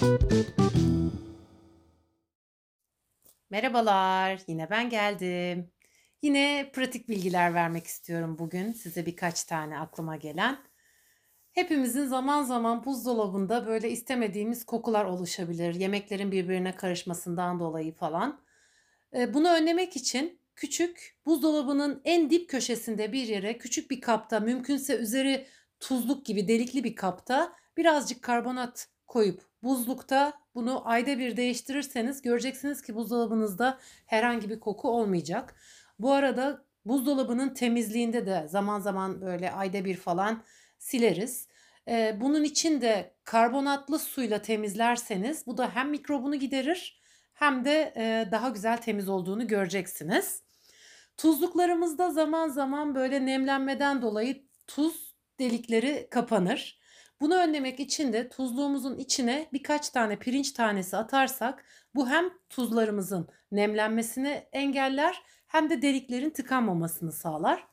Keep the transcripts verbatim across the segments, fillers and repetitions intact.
Merhabalar, yine ben geldim. Yine pratik bilgiler vermek istiyorum bugün size birkaç tane aklıma gelen. Hepimizin zaman zaman buzdolabında böyle istemediğimiz kokular oluşabilir. Yemeklerin birbirine karışmasından dolayı falan. Eee, bunu önlemek için küçük, buzdolabının en dip köşesinde bir yere küçük bir kapta, mümkünse üzeri tuzluk gibi delikli bir kapta birazcık karbonat koyup buzlukta bunu ayda bir değiştirirseniz göreceksiniz ki buzdolabınızda herhangi bir koku olmayacak. Bu arada buzdolabının temizliğinde de zaman zaman böyle ayda bir falan sileriz. Eee, bunun için de karbonatlı suyla temizlerseniz bu da hem mikrobunu giderir hem de, eee, daha güzel temiz olduğunu göreceksiniz. Tuzluklarımızda zaman zaman böyle nemlenmeden dolayı tuz delikleri kapanır. Bunu önlemek için de tuzluğumuzun içine birkaç tane pirinç tanesi atarsak bu hem tuzlarımızın nemlenmesini engeller hem de deliklerin tıkanmamasını sağlar.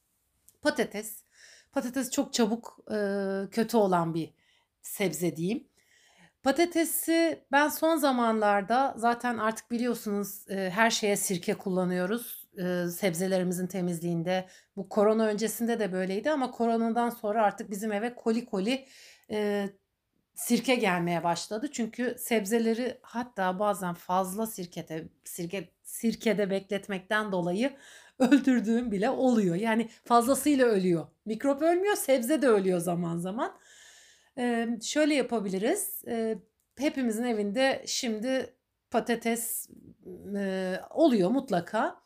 Patates. Patates çok çabuk, eee, kötü olan bir sebze diyeyim. Patatesi ben son zamanlarda zaten artık biliyorsunuz, eee, her şeye sirke kullanıyoruz, eee, sebzelerimizin temizliğinde. Bu korona öncesinde de böyleydi ama koronadan sonra artık bizim eve koli koli, eee, sirke gelmeye başladı. Çünkü sebzeleri hatta bazen fazla sirkede sirke sirkede bekletmekten dolayı öldürdüğüm bile oluyor. Yani fazlasıyla ölüyor. Mikrop ölmüyor, sebze de ölüyor zaman zaman. Emm, şöyle yapabiliriz. Eee, hepimizin evinde şimdi patates, eee, oluyor mutlaka.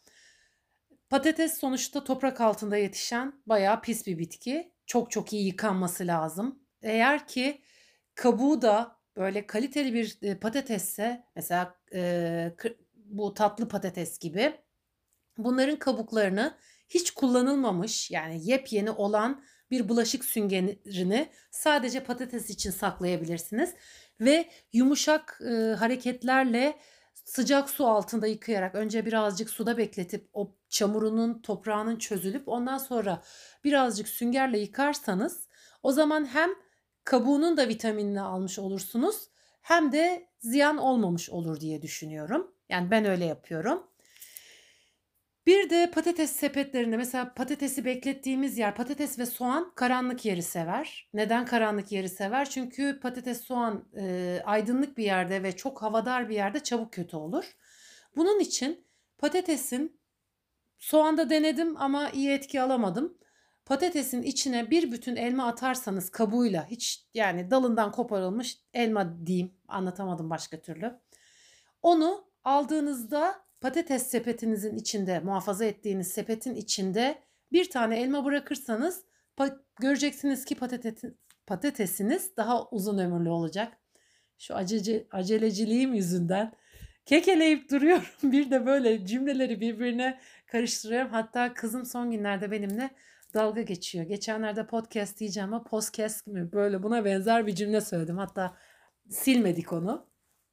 Patates sonuçta toprak altında yetişen bayağı pis bir bitki. Çok çok iyi yıkanması lazım. Eğer ki kabuğu da böyle kaliteli bir, eee, patatesse mesela, eee, kı bu tatlı patates gibi bunların kabuklarını hiç kullanılmamış, yani yepyeni olan bir bulaşık süngerini sadece patates için saklayabilirsiniz ve yumuşak, ııı, hareketlerle sıcak su altında yıkayarak önce birazcık suda bekletip o çamurunun, toprağının çözülüp ondan sonra birazcık süngerle yıkarsanız o zaman hem kabuğunun da vitaminini almış olursunuz hem de ziyan olmamış olur diye düşünüyorum. Yani ben öyle yapıyorum. Bir de patates sepetlerinde mesela patatesi beklettiğimiz yer patates ve soğan karanlık yeri sever. Neden karanlık yeri sever? Çünkü patates, soğan, eee, aydınlık bir yerde ve çok havadar bir yerde çabuk kötü olur. Bunun için patatesin soğanda denedim ama iyi etki alamadım. Patatesin içine bir bütün elma atarsanız kabuğuyla hiç yani dalından koparılmış elma diyeyim, anlatamadım başka türlü. Onu aldığınızda patates sepetinizin içinde, muhafaza ettiğiniz sepetin içinde bir tane elma bırakırsanız pa göreceksiniz ki patateti patatesiniz daha uzun ömürlü olacak. Şu acece aceleciliğim yüzünden kekeleyip duruyorum. Bir de böyle cümleleri birbirine karıştırıyorum. Hatta kızım son günlerde benimle dalga geçiyor. Geçenlerde podcast diyeceğim ama podcast mi? Böyle buna benzer bir cümle söyledim. Hatta silmedik onu.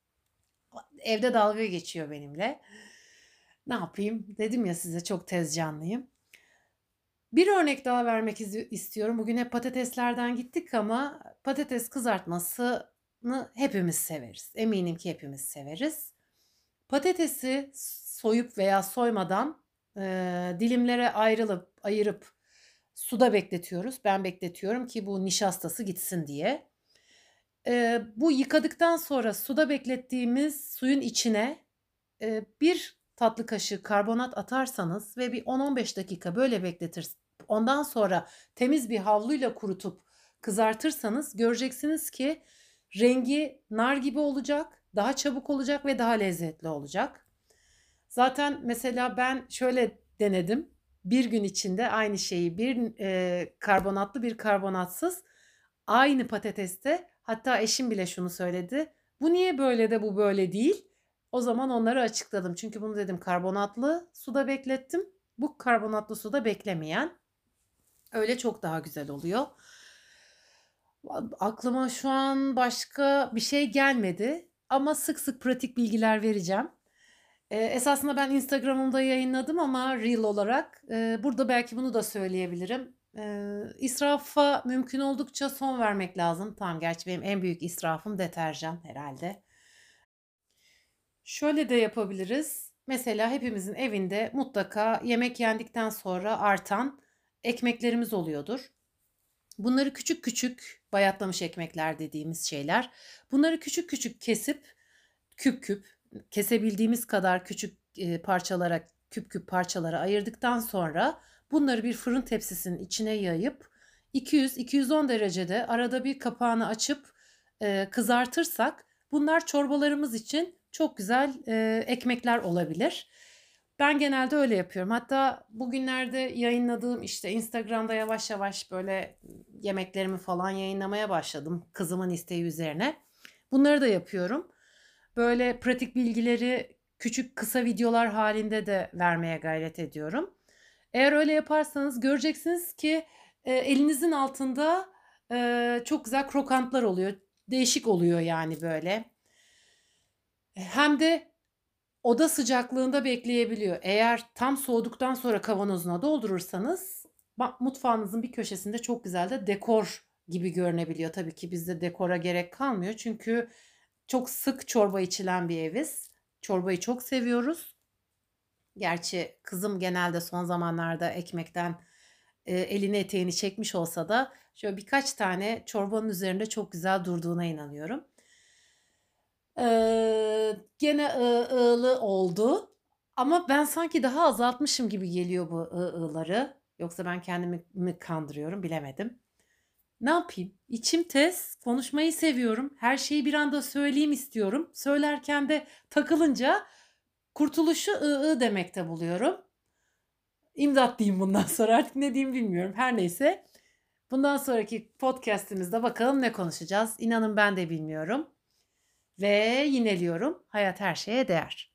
Evde dalga geçiyor benimle. Ne yapayım? Dedim ya size çok tez canlıyım. Bir örnek daha vermek izi istiyorum. Bugün hep patateslerden gittik ama patates kızartmasını hepimiz severiz. Eminim ki hepimiz severiz. Patatesi soyup veya soymadan, eee, dilimlere ayrılıp ayırıp suda bekletiyoruz. Ben bekletiyorum ki bu nişastası gitsin diye. Eee, bu yıkadıktan sonra suda beklettiğimiz suyun içine, eee, bir tatlı kaşığı karbonat atarsanız ve bir on on beş dakika böyle bekletirs ondan sonra temiz bir havluyla kurutup kızartırsanız göreceksiniz ki rengi nar gibi olacak, daha çabuk olacak ve daha lezzetli olacak. Zaten mesela ben şöyle denedim. Bir gün içinde aynı şeyi bir, eee, karbonatlı bir karbonatsız aynı patateste hatta eşim bile şunu söyledi. "Bu niye böyle de bu böyle değil?" O zaman onları açıkladım. Çünkü bunu dedim karbonatlı suda beklettim. Bu karbonatlı suda beklemeyen. Öyle çok daha güzel oluyor. A aklıma şu an başka bir şey gelmedi ama sık sık pratik bilgiler vereceğim. Eee, esasında ben Instagram'ımda yayınladım ama reel olarak. Eee, burada belki bunu da söyleyebilirim. Eee, israfa mümkün oldukça son vermek lazım. Tamam, gerçi benim en büyük israfım deterjan herhâlde. Şöyle de yapabiliriz. Mesela hepimizin evinde mutlaka yemek yendikten sonra artan ekmeklerimiz oluyordur. Bunları küçük küçük bayatlamış ekmekler dediğimiz şeyler. Bunları küçük küçük kesip küp küp kesebildiğimiz kadar küçük, eee, parçalara, küp küp parçalara ayırdıktan sonra bunları bir fırın tepsisinin içine yayıp iki yüz iki yüz on derecede arada bir kapağını açıp, eee, kızartırsak bunlar çorbalarımız için çok güzel, eee, ekmekler olabilir. Ben genelde öyle yapıyorum. Hatta bugünlerde yayınladığım, işte, Instagram'da yavaş yavaş, böyle, yemeklerimi falan yayınlamaya başladım kızımın isteği üzerine. Bunları da yapıyorum. Böyle pratik bilgileri küçük kısa videolar halinde de vermeye gayret ediyorum. Eğer öyle yaparsanız göreceksiniz ki, eee, elinizin altında, eee, çok güzel krokantlar oluyor. Değişik oluyor yani böyle. Hem de oda sıcaklığında bekleyebiliyor. Eğer tam soğuduktan sonra kavanozuna doldurursanız ba mutfağınızın bir köşesinde çok güzel de dekor gibi görünebiliyor. Tabii ki bizde dekora gerek kalmıyor çünkü çok sık çorba içilen bir eviz. Çorbayı çok seviyoruz. Gerçi kızım genelde son zamanlarda ekmekten, eee, elini eteğini çekmiş olsa da şöyle birkaç tane çorbanın üzerinde çok güzel durduğuna inanıyorum. Eee, gene ı ığlı oldu ama ben sanki daha azaltmışım gibi geliyor bu ı ı'ları. Yoksa ben kendimi mi kandırıyorum bilemedim. Ne yapayım? İçim tez, konuşmayı seviyorum. Her şeyi bir anda söyleyeyim istiyorum. Söylerken de takılınca kurtuluşu ı, ı demekte buluyorum. İmdat diyeyim bundan sonra artık ne diyeyim bilmiyorum. Her neyse. Bundan sonraki podcast'imizde bakalım ne konuşacağız? İnanın ben de bilmiyorum ve yineliyorum. Hayat her şeye değer.